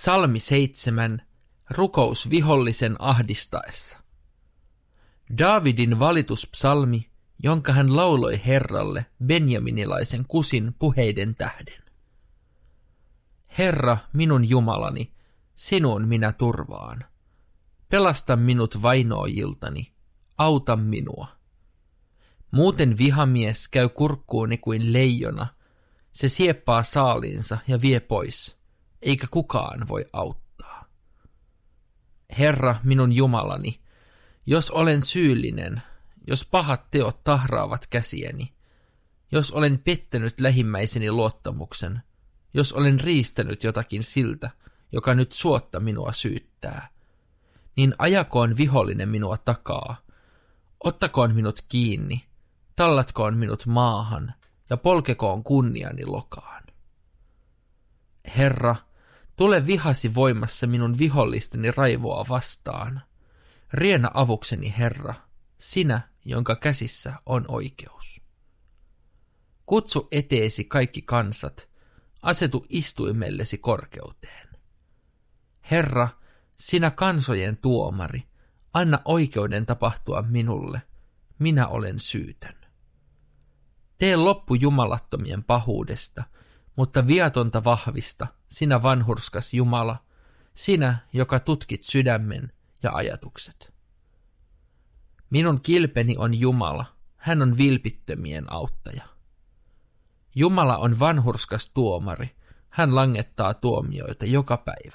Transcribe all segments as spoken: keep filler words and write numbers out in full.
Psalmi seitsemän. Rukous vihollisen ahdistaessa. Daavidin valituspsalmi, jonka hän lauloi Herralle benjaminilaisen Kusin puheiden tähden. Herra, minun Jumalani, sinuun minä turvaan. Pelasta minut vainoajiltani, auta minua. Muuten vihamies käy kurkkuuni kuin leijona, se sieppaa saaliinsa ja vie pois, eikä kukaan voi auttaa. Herra, minun Jumalani, jos olen syyllinen, jos pahat teot tahraavat käsiäni, jos olen pettänyt lähimmäiseni luottamuksen, jos olen riistänyt jotakin siltä, joka nyt suotta minua syyttää, niin ajakoon vihollinen minua takaa, ottakoon minut kiinni, tallatkoon minut maahan ja polkekoon kunniani lokaan. Herra, tule vihasi voimassa minun vihollisteni raivoa vastaan. Riena avukseni, Herra, sinä, jonka käsissä on oikeus. Kutsu eteesi kaikki kansat, asetu istuimellesi korkeuteen. Herra, sinä kansojen tuomari, anna oikeuden tapahtua minulle, minä olen syytön. Tee loppu jumalattomien pahuudesta, mutta viatonta vahvista, sinä vanhurskas Jumala, sinä, joka tutkit sydämen ja ajatukset. Minun kilpeni on Jumala, hän on vilpittömien auttaja. Jumala on vanhurskas tuomari, hän langettaa tuomioita joka päivä.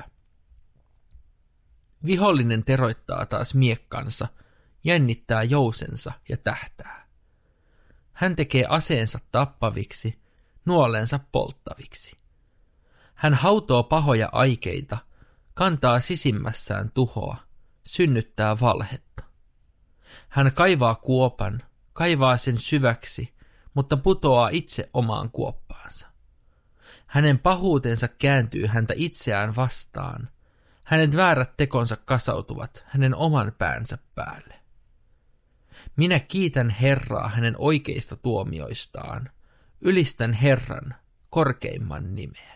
Vihollinen teroittaa taas miekkansa, jännittää jousensa ja tähtää. Hän tekee aseensa tappaviksi, nuolensa polttaviksi. Hän hautoo pahoja aikeita, kantaa sisimmässään tuhoa, synnyttää valhetta. Hän kaivaa kuopan, kaivaa sen syväksi, mutta putoaa itse omaan kuoppaansa. Hänen pahuutensa kääntyy häntä itseään vastaan. Hänen väärät tekonsa kasautuvat hänen oman päänsä päälle. Minä kiitän Herraa hänen oikeista tuomioistaan. Ylistän Herran korkeimman nimeä.